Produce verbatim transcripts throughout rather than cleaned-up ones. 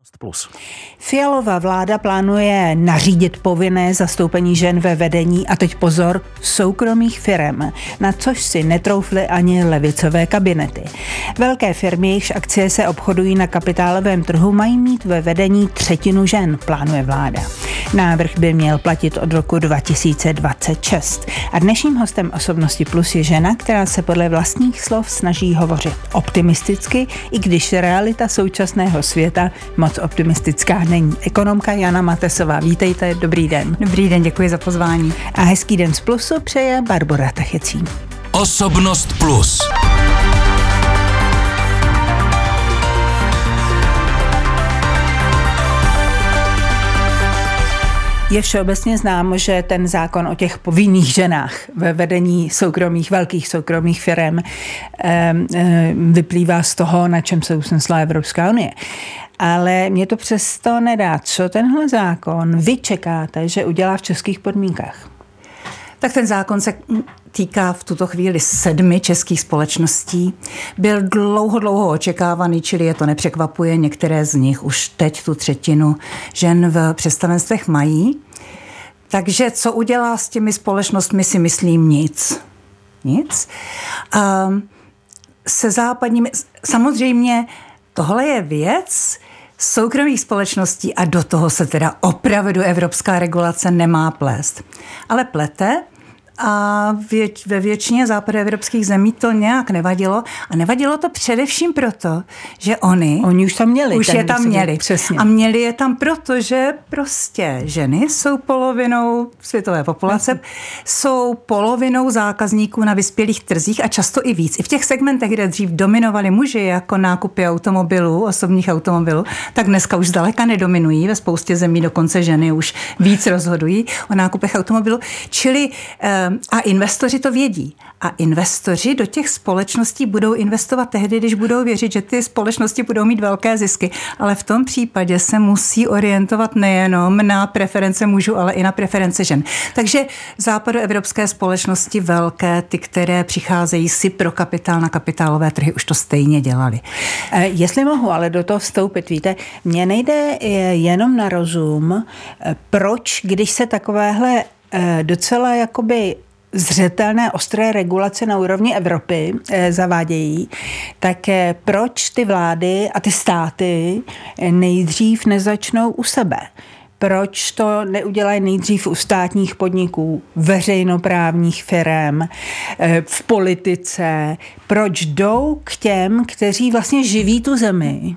osobnost plus. Fialová vláda plánuje nařídit povinné zastoupení žen ve vedení, a teď pozor, soukromých firem, na což si netroufly ani levicové kabinety. Velké firmy, jejichž akcie se obchodují na kapitálovém trhu, mají mít ve vedení třetinu žen, plánuje vláda. Návrh by měl platit od roku dva tisíce dvacet šest. A dnešním hostem Osobnosti plus je žena, která se podle vlastních slov snaží hovořit optimisticky, i když realita současného světa moc optimistická není. Ekonomka Jana Matesová. Vítejte, dobrý den. Dobrý den, děkuji za pozvání. A hezký den z Plusu přeje Barbora Tachecí. Osobnost plus. Je všeobecně známo, že ten zákon o těch povinných ženách ve vedení soukromých, velkých soukromých firm vyplývá z toho, na čem se usnesla Evropská unie. Ale mě to přesto nedá. Co tenhle zákon vy čekáte, že udělá v českých podmínkách? Tak ten zákon se týká v tuto chvíli sedmi českých společností. Byl dlouho, dlouho očekávaný, čili je to nepřekvapuje. Některé z nich už teď tu třetinu žen v představenstvech mají. Takže co udělá s těmi společnostmi, si myslím nic. Nic. A se západními, samozřejmě tohle je věc soukromých společností a do toho se teda opravdu evropská regulace nemá plést. Ale plete a věč, ve většině západoevropských zemí to nějak nevadilo. A nevadilo to především proto, že oni... Oni už tam měli. Už je tam měli. Přesně. A měli je tam proto, že prostě ženy jsou polovinou světové populace, mm. jsou polovinou zákazníků na vyspělých trzích a často i víc. I v těch segmentech, kde dřív dominovali muži jako nákupy automobilů, osobních automobilů, tak dneska už zdaleka nedominují. Ve spoustě zemí dokonce ženy už víc rozhodují o nákupech automobilů. Čili a investoři to vědí. A investoři do těch společností budou investovat tehdy, když budou věřit, že ty společnosti budou mít velké zisky. Ale v tom případě se musí orientovat nejenom na preference mužů, ale i na preference žen. Takže západoevropské společnosti velké, ty, které přicházejí si pro kapitál na kapitálové trhy, už to stejně dělali. Jestli mohu ale do toho vstoupit, víte, mně nejde jenom na rozum, proč, když se takovéhle docela jakoby zřetelné ostré regulace na úrovni Evropy e, zavádějí, tak e, proč ty vlády a ty státy nejdřív nezačnou u sebe? Proč to neudělají nejdřív u státních podniků, veřejnoprávních firem, e, v politice? Proč jdou k těm, kteří vlastně živí tu zemi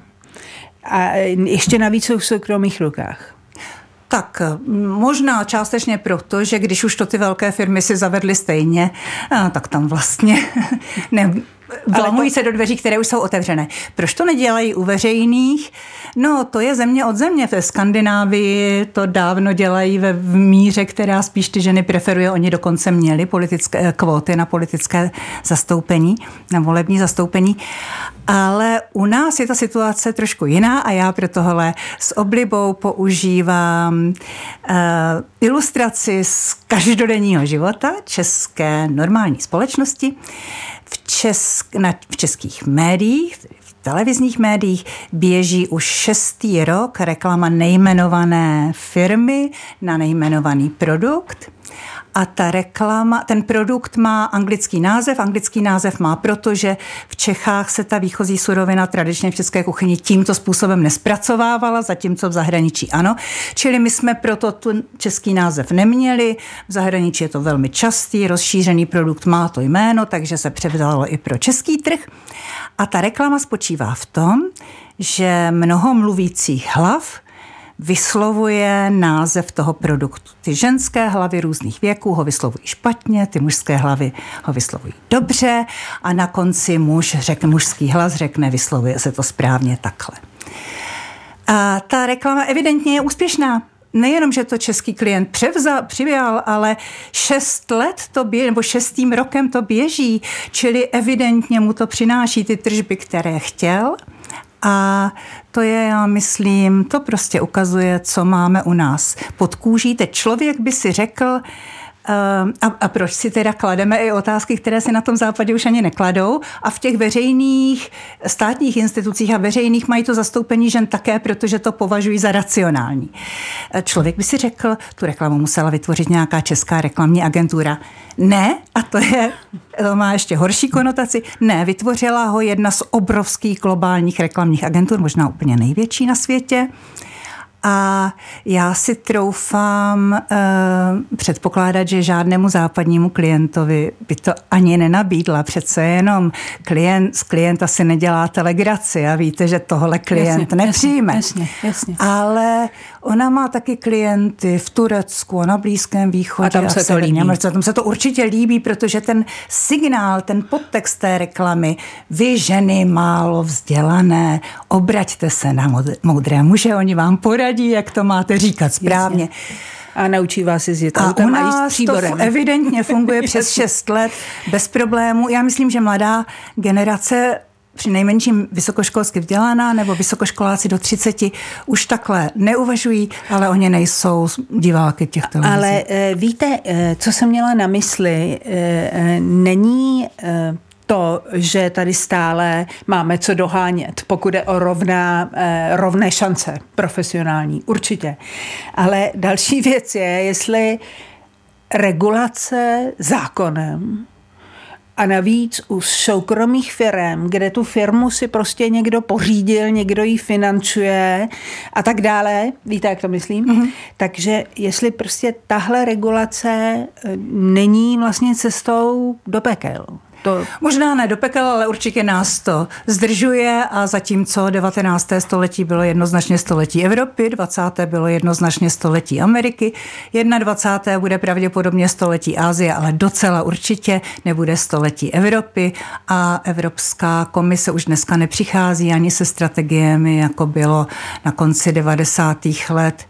a ještě navíc jsou v soukromých rukách? Tak možná částečně proto, že když už to ty velké firmy si zavedly stejně, tak tam vlastně ne, vlamují to... se do dveří, které už jsou otevřené. Proč to nedělají u veřejných? No, to je země od země. V Skandinávii to dávno dělají ve v míře, která spíš ty ženy preferuje. Oni dokonce měli politické kvóty na politické zastoupení, na volební zastoupení. Ale u nás je ta situace trošku jiná a já pro tohle s oblibou používám uh, ilustraci z každodenního života české normální společnosti. V, česk, na, v českých médiích, v televizních médiích běží už šestý rok reklama nejmenované firmy na nejmenovaný produkt. A ta reklama, ten produkt má anglický název. Anglický název má, protože v Čechách se ta výchozí surovina tradičně v české kuchyni tímto způsobem nespracovávala, zatímco v zahraničí ano. Čili my jsme proto tu český název neměli. V zahraničí je to velmi častý, rozšířený produkt má to jméno, takže se převzalo i pro český trh. A ta reklama spočívá v tom, že mnoho mluvících hlav vyslovuje název toho produktu. Ty ženské hlavy různých věků ho vyslovují špatně, ty mužské hlavy ho vyslovují dobře a na konci muž řekne, mužský hlas řekne, vyslovuje se to správně takhle. A ta reklama evidentně je úspěšná. Nejenom, že to český klient převzal, přijal, ale šest let to běží, nebo šestým rokem to běží, čili evidentně mu to přináší ty tržby, které chtěl. A to je, já myslím, to prostě ukazuje, co máme u nás pod kůží. Teď člověk by si řekl, A, a proč si teda klademe i otázky, které si na tom západě už ani nekladou? A v těch veřejných státních institucích a veřejných mají to zastoupení žen také, protože to považují za racionální. Člověk by si řekl, tu reklamu musela vytvořit nějaká česká reklamní agentura. Ne, a to je, to má ještě horší konotaci, ne, vytvořila ho jedna z obrovských globálních reklamních agentur, možná úplně největší na světě. A já si troufám uh, předpokládat, že žádnému západnímu klientovi by to ani nenabídla. Přece jenom klient, z klienta si neděláte legraci a víte, že tohle klient jasně, nepřijme. Jasně, jasně. Ale ona má taky klienty v Turecku, na Blízkém východě. A tam se to líbí. Americe. Tam se to určitě líbí, protože ten signál, ten podtext té reklamy, vy ženy málo vzdělané, obraťte se na moudré muže, oni vám poradí, jak to máte říkat správně. Jasně. A naučí vás jezdit a autem u nás a jíst příborem. To evidentně funguje přes šest let bez problémů. Já myslím, že mladá generace při nejmenším vysokoškolsky vzdělaná nebo vysokoškoláci do třiceti už takhle neuvažují, ale oni nejsou diváky těch televizí. Ale víte, co jsem měla na mysli, není to, že tady stále máme co dohánět, pokud je o rovná, rovné šance profesionální, určitě. Ale další věc je, jestli regulace zákonem a navíc u soukromých firem, kde tu firmu si prostě někdo pořídil, někdo ji financuje a tak dále, víte, jak to myslím? Mm-hmm. Takže jestli prostě tahle regulace není vlastně cestou do pekel. To... Možná ne do pekel, ale určitě nás to zdržuje a zatímco devatenácté století bylo jednoznačně století Evropy, dvacáté bylo jednoznačně století Ameriky, dvacáté první bude pravděpodobně století Asie, ale docela určitě nebude století Evropy a Evropská komise už dneska nepřichází ani se strategiemi, jako bylo na konci devadesátých let.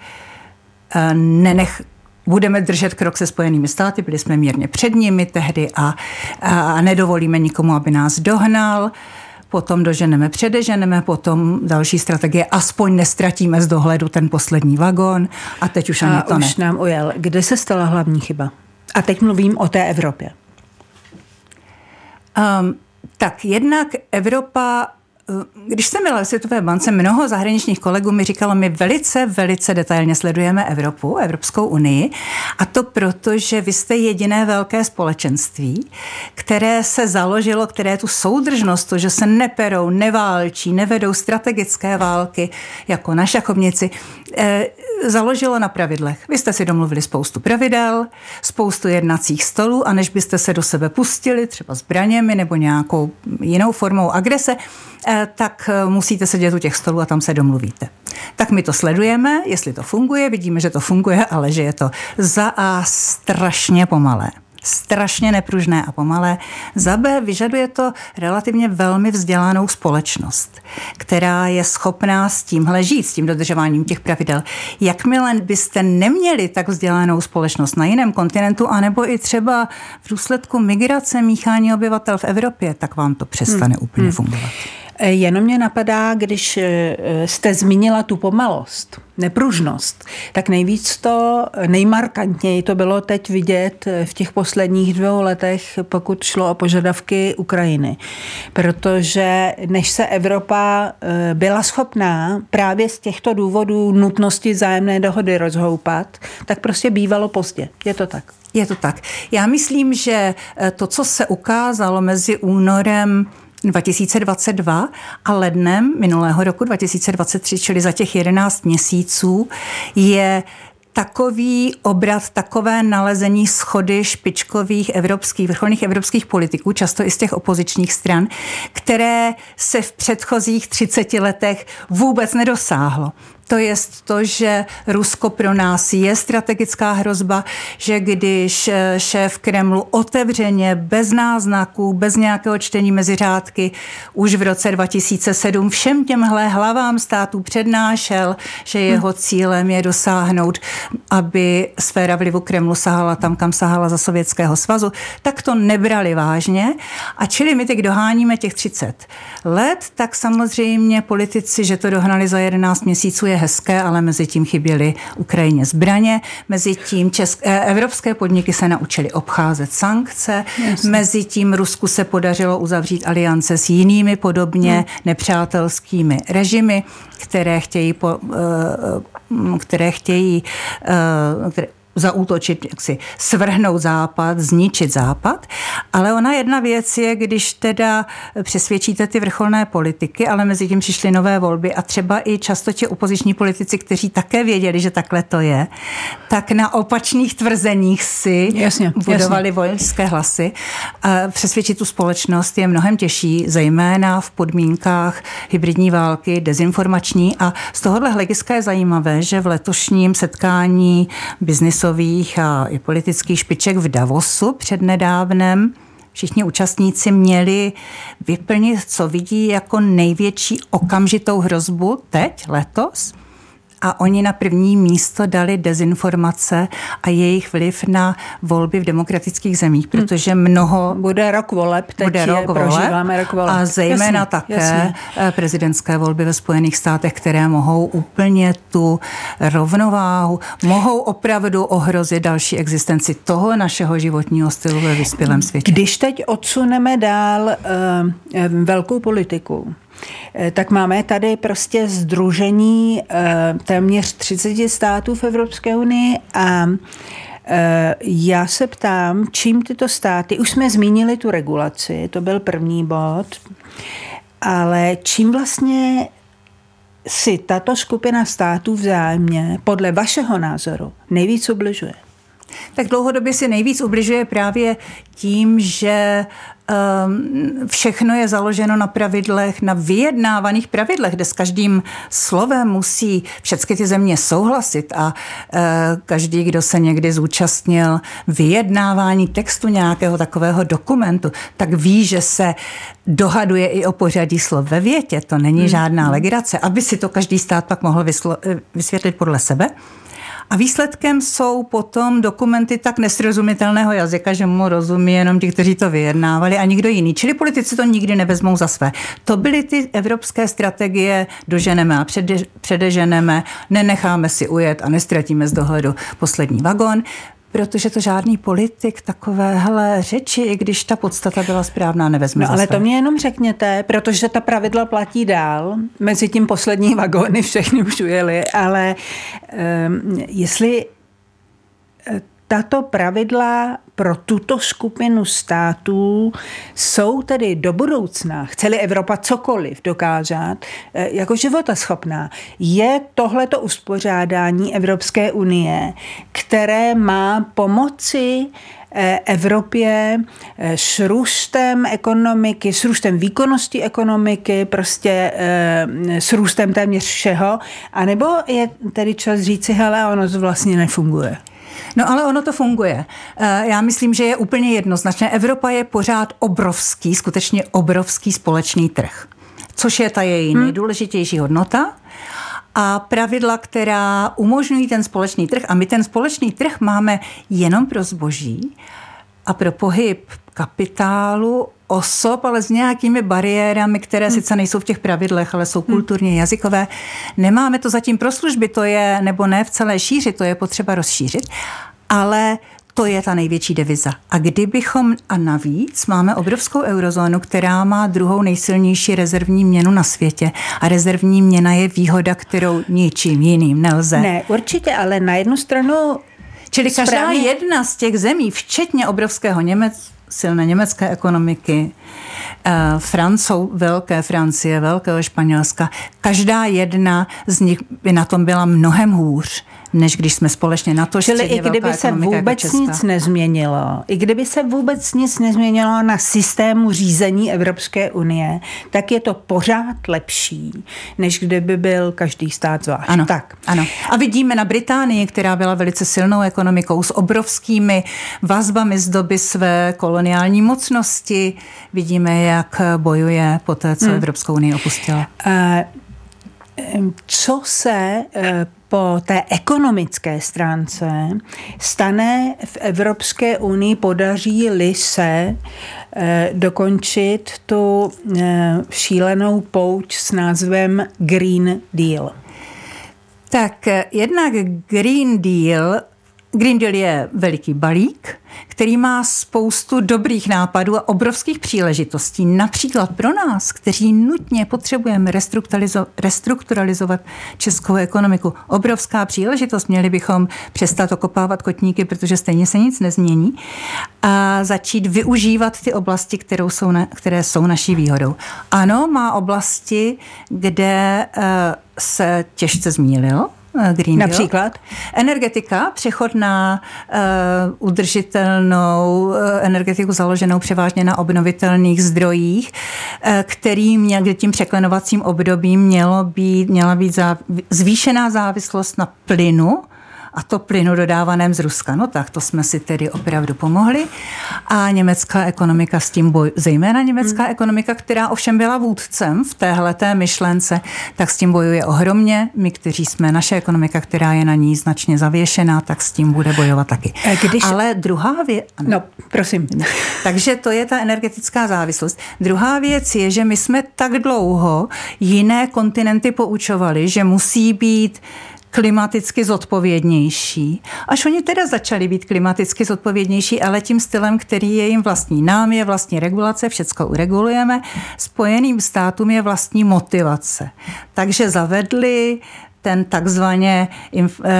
Nenech Budeme držet krok se Spojenými státy, byli jsme mírně před nimi tehdy a, a nedovolíme nikomu, aby nás dohnal. Potom doženeme, předeženeme, potom další strategie, aspoň nestratíme z dohledu ten poslední vagón a teď už ani a to už ne. nám ujel. Kde se stala hlavní chyba? A teď mluvím o té Evropě. Um, tak jednak Evropa. Když jsem byla v Světové bance, mnoho zahraničních kolegů mi říkalo, my velice, velice detailně sledujeme Evropu, Evropskou unii a to proto, že vy jste jediné velké společenství, které se založilo, které tu soudržnost, to, že se neperou, neválčí, nevedou strategické války jako na šachovnici, eh, založilo na pravidlech. Vy jste si domluvili spoustu pravidel, spoustu jednacích stolů a než byste se do sebe pustili, třeba zbraněmi nebo nějakou jinou formou agrese, tak musíte sedět u těch stolů a tam se domluvíte. Tak my to sledujeme, jestli to funguje, vidíme, že to funguje, ale že je to za A strašně pomalé. Strašně nepružné a pomalé. Za B vyžaduje to relativně velmi vzdělanou společnost, která je schopná s tímhle žít, s tím dodržováním těch pravidel. Jakmile byste neměli tak vzdělanou společnost na jiném kontinentu, anebo i třeba v důsledku migrace, míchání obyvatel v Evropě, tak vám to přestane hmm. úplně hmm. fungovat. Jenom mě napadá, když jste zmínila tu pomalost, nepružnost, tak nejvíc to, nejmarkantněji to bylo teď vidět v těch posledních dvou letech, pokud šlo o požadavky Ukrajiny. Protože než se Evropa byla schopná právě z těchto důvodů nutnosti vzájemné dohody rozhoupat, tak prostě bývalo pozdě. Je to tak? Je to tak. Já myslím, že to, co se ukázalo mezi únorem dva tisíce dvacet dva a lednem minulého roku dva tisíce dvacet tři, čili za těch jedenáct měsíců, je takový obrat, takové nalezení schody špičkových evropských, vrcholných evropských politiků, často i z těch opozičních stran, které se v předchozích třiceti letech vůbec nedosáhlo. To je to, že Rusko pro nás je strategická hrozba, že když šéf Kremlu otevřeně, bez náznaků, bez nějakého čtení mezi řádky, už v roce dva tisíce sedm všem těmhle hlavám států přednášel, že jeho cílem je dosáhnout, aby sféra vlivu Kremlu sahala tam, kam sahala za Sovětského svazu, tak to nebrali vážně. A čili my teď doháníme těch třicet let, tak samozřejmě politici, že to dohnali za jedenáct měsíců, je hezké, ale mezi tím chyběly Ukrajině zbraně, mezi tím české, evropské podniky se naučily obcházet sankce, Jasně. mezi tím Rusku se podařilo uzavřít aliance s jinými podobně hmm. nepřátelskými režimy, které chtějí, po, které chtějí které zaútočit, jaksi svrhnout Západ, zničit Západ. Ale ona jedna věc je, když teda přesvědčíte ty vrcholné politiky, ale mezi tím přišly nové volby a třeba i často ti opoziční politici, kteří také věděli, že takhle to je, tak na opačných tvrzeních si jasně, budovali jasně. vojenské hlasy. A přesvědčit tu společnost je mnohem těžší, zejména v podmínkách hybridní války, dezinformační, a z tohohle hlediska je zajímavé, že v letošním setkání biznis a i politických špiček v Davosu přednedávnem všichni účastníci měli vyplnit, co vidí jako největší okamžitou hrozbu teď, letos. A oni na první místo dali dezinformace a jejich vliv na volby v demokratických zemích, protože mnoho... Bude rok voleb, teď bude rok prožíváme rok voleb. A zejména jasně, také jasně. prezidentské volby ve Spojených státech, které mohou úplně tu rovnováhu, mohou opravdu ohrozit další existenci toho našeho životního stylu ve vyspělém světě. Když teď odsuneme dál uh, velkou politiku, tak máme tady prostě sdružení téměř třicet států v Evropské unii a já se ptám, čím tyto státy, už jsme zmínili tu regulaci, to byl první bod, ale čím vlastně si tato skupina států vzájemně, podle vašeho názoru, nejvíc ubližuje? Tak dlouhodobě si nejvíc ubližuje právě tím, že všechno je založeno na pravidlech, na vyjednávaných pravidlech, kde s každým slovem musí všechny ty země souhlasit a každý, kdo se někdy zúčastnil vyjednávání textu nějakého takového dokumentu, tak ví, že se dohaduje i o pořadí slov ve větě. To není hmm. žádná legrace, aby si to každý stát pak mohl vyslo- vysvětlit podle sebe. A výsledkem jsou potom dokumenty tak nesrozumitelného jazyka, že mu rozumí jenom ti, kteří to vyjednávali a nikdo jiný. Čili politici to nikdy nevezmou za své. To byly ty evropské strategie, doženeme a přede, předeženeme, nenecháme si ujet a nestratíme z dohledu poslední vagon. Protože to žádný politik takovéhle řeči, i když ta podstata byla správná, nevezme no, za ale své. To mě jenom řekněte, protože ta pravidla platí dál, mezi tím poslední vagóny všechny už ujeli, ale um, jestli tato pravidla pro tuto skupinu států jsou tedy do budoucna, chce-li Evropa cokoliv dokázat, jako životaschopná. Je tohleto uspořádání Evropské unie, které má pomoci Evropě s růstem ekonomiky, s růstem výkonnosti ekonomiky, prostě s růstem téměř všeho, anebo je tedy čas říci, hele, ono to vlastně nefunguje? No ale ono to funguje. Já myslím, že je úplně jednoznačné. Evropa je pořád obrovský, skutečně obrovský společný trh, což je ta její hmm. nejdůležitější hodnota. A pravidla, která umožňují ten společný trh. A my ten společný trh máme jenom pro zboží a pro pohyb kapitálu, osob, ale s nějakými bariérami, které hmm. sice nejsou v těch pravidlech, ale jsou kulturně jazykové. Nemáme to zatím pro služby, to je, nebo ne v celé šíři, to je potřeba rozšířit, ale to je ta největší deviza. A kdybychom, a navíc máme obrovskou eurozónu, která má druhou nejsilnější rezervní měnu na světě. A rezervní měna je výhoda, kterou ničím jiným nelze. Ne, určitě, ale na jednu stranu... Čili každá správně... jedna z těch zemí, včetně obrovského Německa, silné německé ekonomiky, Francou, velké Francie, velkého Španělska, každá jedna z nich by na tom byla mnohem hůř, než když jsme společně na to Čili i kdyby se vůbec jako nic nezměnilo, i kdyby se vůbec nic nezměnilo na systému řízení Evropské unie, tak je to pořád lepší, než kdyby byl každý stát zvlášť. Ano, tak. ano. A vidíme na Británii, která byla velice silnou ekonomikou s obrovskými vazbami z doby své koloniální mocnosti. Vidíme, jak bojuje po té, co hmm. Evropskou unii opustila. Co se po té ekonomické stránce stane v Evropské unii, podaří-li se dokončit tu šílenou pouť s názvem Green Deal? Tak jednak Green Deal, Green Deal je veliký balík, který má spoustu dobrých nápadů a obrovských příležitostí. Například pro nás, kteří nutně potřebujeme restrukturalizo- restrukturalizovat českou ekonomiku. Obrovská příležitost. Měli bychom přestat okopávat kotníky, protože stejně se nic nezmění, a začít využívat ty oblasti, kterou jsou na, které jsou naší výhodou. Ano, má oblasti, kde uh, se těžce zmýlil Green Deal. Například? Energetika, přechod na uh, udržitelnou uh, energetiku založenou převážně na obnovitelných zdrojích, uh, který měl tím překlenovacím obdobím mělo být, měla být záv, zvýšená závislost na plynu, a to plynu dodávaném z Ruska. No tak to jsme si tedy opravdu pomohli. A německá ekonomika s tím boj, zejména německá hmm. ekonomika, která ovšem byla vůdcem v téhleté myšlence, tak s tím bojuje ohromně. My, kteří jsme naše ekonomika, která je na ní značně zavěšená, tak s tím bude bojovat taky. Když... Ale druhá věc... No, prosím. Takže to je ta energetická závislost. Druhá věc je, že my jsme tak dlouho jiné kontinenty poučovali, že musí být klimaticky zodpovědnější. Až oni teda začali být klimaticky zodpovědnější, ale tím stylem, který je jim vlastní. Nám je vlastní regulace, všecko uregulujeme. Spojeným státům je vlastní motivace. Takže zavedli ten takzvaně inf, e,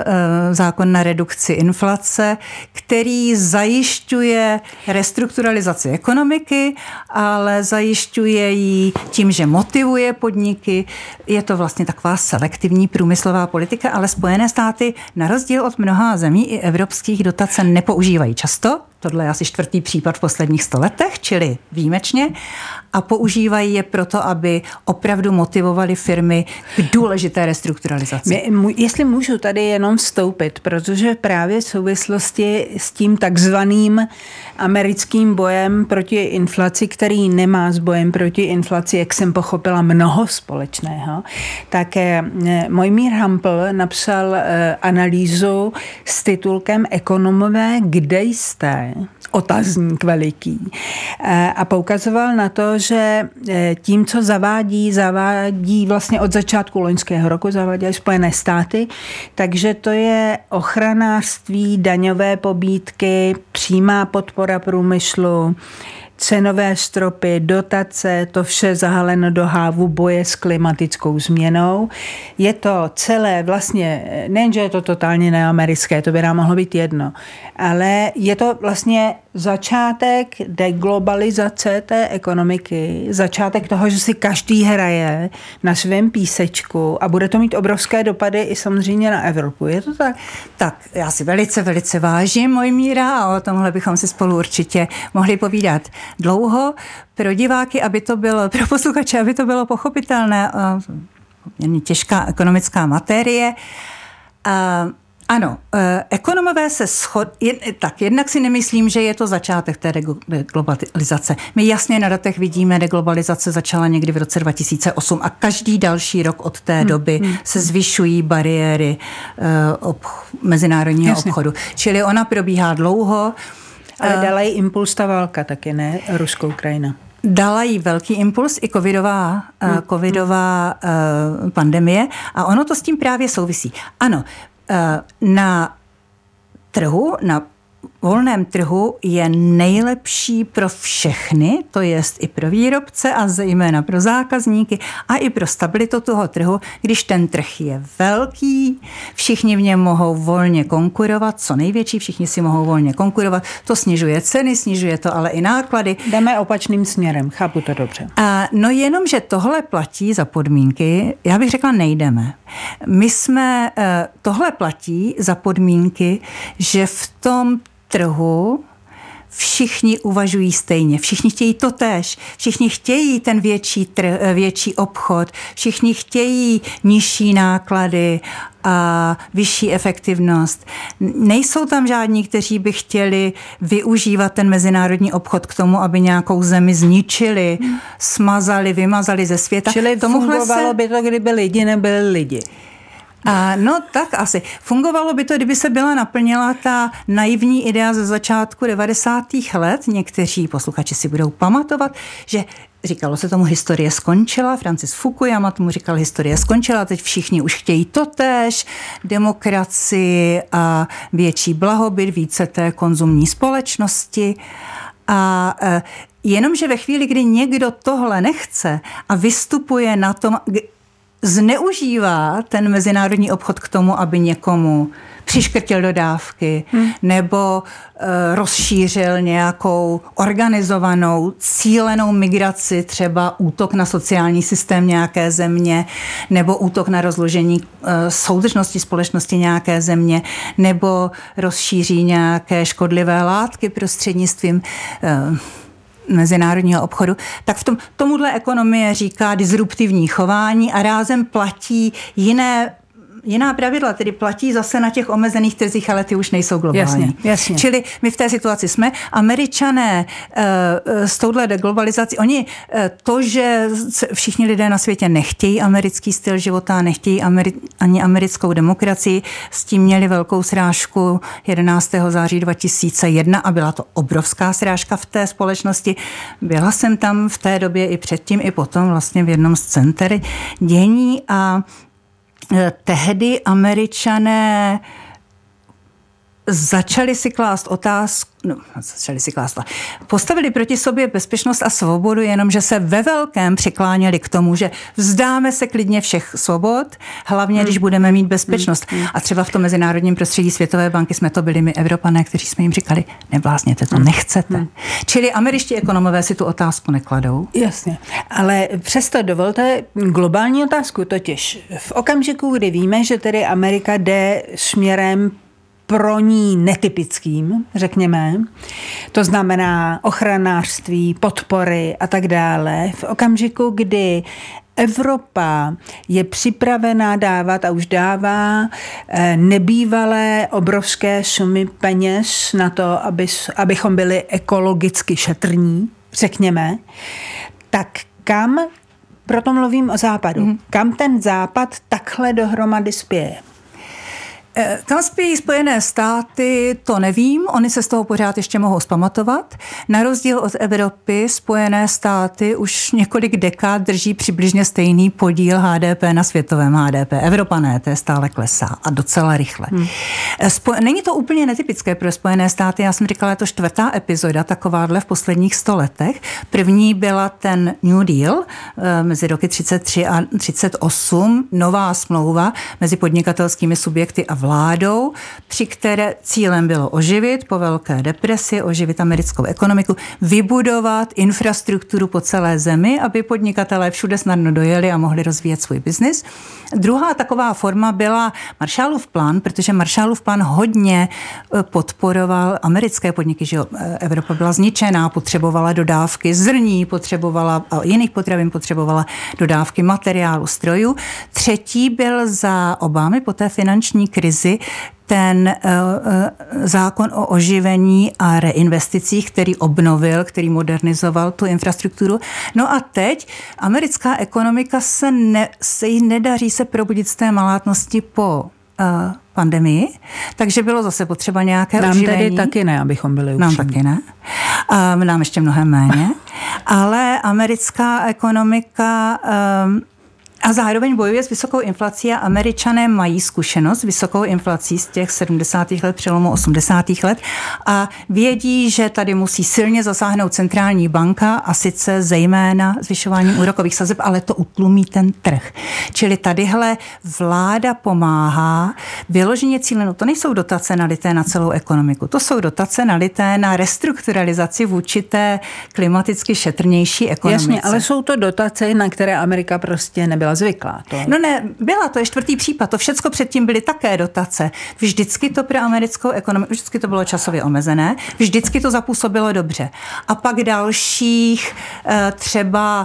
e, zákon na redukci inflace, který zajišťuje restrukturalizaci ekonomiky, ale zajišťuje ji tím, že motivuje podniky. Je to vlastně taková selektivní průmyslová politika, ale Spojené státy na rozdíl od mnoha zemí i evropských dotace nepoužívají často. Tohle je asi čtvrtý případ v posledních sto letech, čili výjimečně. A používají je proto, aby opravdu motivovali firmy k důležité restrukturalizaci. My, jestli můžu tady jenom vstoupit, protože právě v souvislosti s tím takzvaným americkým bojem proti inflaci, který nemá s bojem proti inflaci, jak jsem pochopila, mnoho společného, tak Mojmír Hampl napsal analýzu s titulkem Ekonomové, kde jste? Otazník veliký. A poukazoval na to, že tím, co zavádí, zavádí vlastně od začátku loňského roku, zavádějí Spojené státy, takže to je ochranářství, daňové pobídky, přímá podpora průmyslu, cenové stropy, dotace, to vše zahaleno do hávu boje s klimatickou změnou. Je to celé vlastně, nejenže je to totálně neamerické, to by nám mohlo být jedno, ale je to vlastně začátek deglobalizace té ekonomiky, začátek toho, že si každý hraje na svém písečku a bude to mít obrovské dopady i samozřejmě na Evropu. Je to tak? Tak, já si velice, velice vážím Mojmíra a o tomhle bychom si spolu určitě mohli povídat dlouho. Pro diváky, aby to bylo, pro posluchače, aby to bylo pochopitelné, těžká ekonomická materie. A ano, ekonomové se schod... Tak, jednak si nemyslím, že je to začátek té deglobalizace. My jasně na datech vidíme, deglobalizace začala někdy v roce dva tisíce osm a každý další rok od té doby hmm, hmm. se zvyšují bariéry uh, obch... mezinárodního jasně. obchodu. Čili ona probíhá dlouho. Ale dala jí impuls ta válka taky, ne? Ruskou-Ukrajina. Dala jí velký impuls i covidová, hmm. uh, covidová uh, pandemie a ono to s tím právě souvisí. Ano, na trhu, na volném trhu je nejlepší pro všechny, to jest i pro výrobce a zejména pro zákazníky a i pro stabilitu toho trhu, když ten trh je velký, všichni v něm mohou volně konkurovat, co největší, všichni si mohou volně konkurovat, to snižuje ceny, snižuje to ale i náklady. Jdeme opačným směrem, chápu to dobře. A no jenom, že tohle platí za podmínky, já bych řekla nejdeme. My jsme, tohle platí za podmínky, že v tom trhu všichni uvažují stejně, všichni chtějí to též, všichni chtějí ten větší, trh, větší obchod, všichni chtějí nižší náklady a vyšší efektivnost. Nejsou tam žádní, kteří by chtěli využívat ten mezinárodní obchod k tomu, aby nějakou zemi zničili, smazali, vymazali ze světa. Čili fungovalo se... by to, kdyby lidi nebyli lidi. A no tak asi. Fungovalo by to, kdyby se byla naplnila ta naivní idea ze začátku devadesátých let. Někteří posluchači si budou pamatovat, že říkalo se tomu historie skončila, Francis Fukuyama tomu říkal historie skončila, teď všichni už chtějí totéž, demokracii a větší blahobyt, více té konzumní společnosti. A e, jenomže ve chvíli, kdy někdo tohle nechce a vystupuje na tom, zneužívá ten mezinárodní obchod k tomu, aby někomu přiškrtil dodávky hmm. nebo e, rozšířil nějakou organizovanou, cílenou migraci, třeba útok na sociální systém nějaké země, nebo útok na rozložení e, soudržnosti společnosti nějaké země, nebo rozšíří nějaké škodlivé látky prostřednictvím e, mezinárodního obchodu, tak v tom tomuhle ekonomie říká disruptivní chování a rázem platí jiné Jiná pravidla, tedy platí zase na těch omezených trzích, ale ty už nejsou globální. Jasně, jasně. Čili my v té situaci jsme. Američané s touhle deglobalizací, oni to, že všichni lidé na světě nechtějí americký styl života, nechtějí ameri- ani americkou demokracii, s tím měli velkou srážku jedenáctého září dva tisíce jedna a byla to obrovská srážka v té společnosti. Byla jsem tam v té době i předtím, i potom vlastně v jednom z center dění a tehdy Američané začali si klást otázku, no, začali si klást, postavili proti sobě bezpečnost a svobodu, jenomže se ve velkém přikláněli k tomu, že vzdáme se klidně všech svobod, hlavně hmm. když budeme mít bezpečnost. Hmm. A třeba v tom mezinárodním prostředí Světové banky jsme to byli my Evropané, kteří jsme jim říkali, neblázněte, to nechcete. Hmm. Čili američtí ekonomové si tu otázku nekladou. Jasně, ale přesto dovolte globální otázku, totiž v okamžiku, kdy víme, že tedy Amerika jde směrem pro ní netypickým, řekněme. To znamená ochranářství, podpory a tak dále. V okamžiku, kdy Evropa je připravená dávat a už dává nebývalé obrovské sumy peněz na to, aby, abychom byli ekologicky šetrní, řekněme, tak kam, proto mluvím o západu, mm. kam ten západ takhle dohromady spěje? Kam spějí Spojené státy, to nevím, oni se z toho pořád ještě mohou zpamatovat. Na rozdíl od Evropy Spojené státy už několik dekád drží přibližně stejný podíl H D P na světovém H D P. Evropa ne, to je stále klesá a docela rychle. Hmm. Není to úplně netypické pro Spojené státy, já jsem říkala, je to čtvrtá epizoda takováhle v posledních sto letech. První byla ten New Deal mezi roky třicet tři a třicet osm, nová smlouva mezi podnikatelskými subjekty a vládou, při které cílem bylo oživit po velké depresi, oživit americkou ekonomiku, vybudovat infrastrukturu po celé zemi, aby podnikatelé všude snadno dojeli a mohli rozvíjet svůj biznis. Druhá taková forma byla Marshallův plán, protože Marshallův plán hodně podporoval americké podniky, že Evropa byla zničená, potřebovala dodávky zrní, potřebovala a jiných potravin, potřebovala dodávky materiálu, strojů. Třetí byl za Obamy po té finanční krizi ten uh, zákon o oživení a reinvesticích, který obnovil, který modernizoval tu infrastrukturu. No a teď americká ekonomika se, ne, se jí nedaří se probudit z té malátnosti po uh, pandemii, takže bylo zase potřeba nějaké nám oživení. Nám tedy taky ne, abychom byli upřímní. Nám taky ne. Uh, nám ještě mnohem méně. Ale americká ekonomika um, a zároveň bojuje s vysokou inflací a Američané mají zkušenost s vysokou inflací z těch sedmdesátých let, přelomu osmdesátých let a vědí, že tady musí silně zasáhnout centrální banka a sice zejména zvyšováním úrokových sazeb, ale to utlumí ten trh. Čili tadyhle vláda pomáhá vyloženě cíleno. To nejsou dotace nalité na celou ekonomiku, to jsou dotace nalité na restrukturalizaci vůči té klimaticky šetrnější ekonomice. Jasně, ale jsou to dotace, na které Amerika prostě nebyla zvyklá. To... No ne, byla, to je čtvrtý případ. To všecko předtím byly také dotace. Vždycky to pro americkou ekonomiku, vždycky to bylo časově omezené, vždycky to zapůsobilo dobře. A pak dalších třeba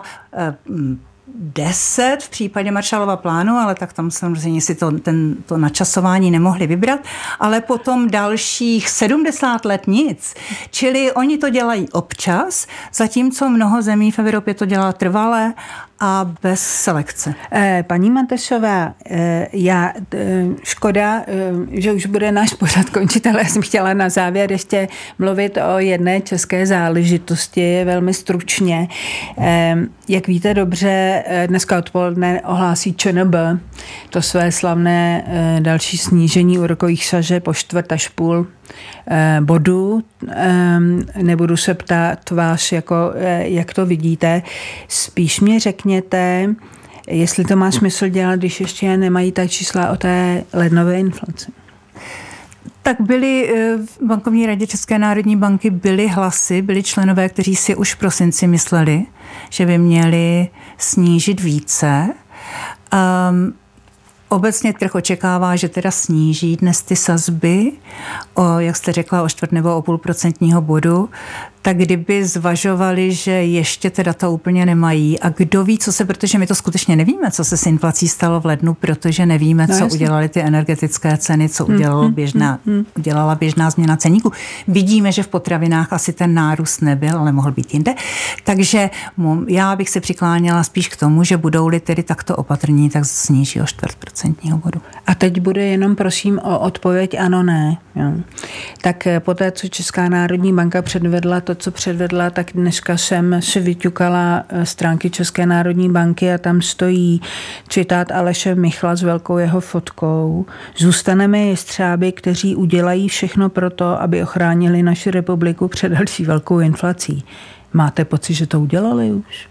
deset v případě Marshallova plánu, ale tak tam samozřejmě si to, ten, to načasování nemohli vybrat, ale potom dalších sedmdesát let nic. Čili oni to dělají občas, zatímco mnoho zemí v Evropě to dělá trvale a bez selekce. Paní Matešová, já, škoda, že už bude náš pořad končit, ale já jsem chtěla na závěr ještě mluvit o jedné české záležitosti velmi stručně. Jak víte dobře, dneska odpoledne ohlásí ČNB to své slavné další snížení úrokových sazeb o čtvrt až půl bodu. Nebudu se ptát vás, jako, jak to vidíte. Spíš mi řekněte, jestli to má smysl dělat, když ještě nemají ta čísla o té lednové inflaci. Tak byly v bankovní radě České národní banky byly hlasy, byli členové, kteří si už v prosinci mysleli, že by měli snížit více. Um, Obecně trh očekává, že teda sníží dnes ty sazby, o, jak jste řekla, o čtvrt nebo o půl procentního bodu, tak kdyby zvažovali, že ještě teda to úplně nemají a kdo ví, co se, protože my to skutečně nevíme, co se s inflací stalo v lednu, protože nevíme, no, co udělali ty energetické ceny, co udělalo běžná, udělala běžná změna ceníku. Vidíme, že v potravinách asi ten nárůst nebyl, ale mohl být jinde. Takže já bych se přikláněla spíš k tomu, že budou-li tedy takto opatrní, tak sníží o čtvrt procentního bodu. A teď bude jenom prosím o odpověď ano, ne. Jo. Tak poté, co Česká národní banka předvedla to, co předvedla, tak dneska jsem si vyťukala stránky České národní banky a tam stojí citát Aleše Michla s velkou jeho fotkou. Zůstaneme jestřáby, kteří udělají všechno pro to, aby ochránili naši republiku před další velkou inflací. Máte pocit, že to udělali už?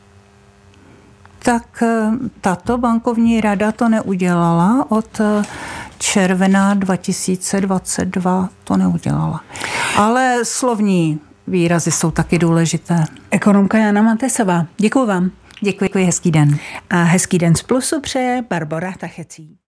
Tak tato bankovní rada to neudělala od června dva tisíce dvacet dva, to neudělala. Ale slovní výrazy jsou taky důležité. Ekonomka Jana Matesová, děkuju vám. Děkuji, hezký den. A hezký den z Plusu přeje Barbora Tachecí.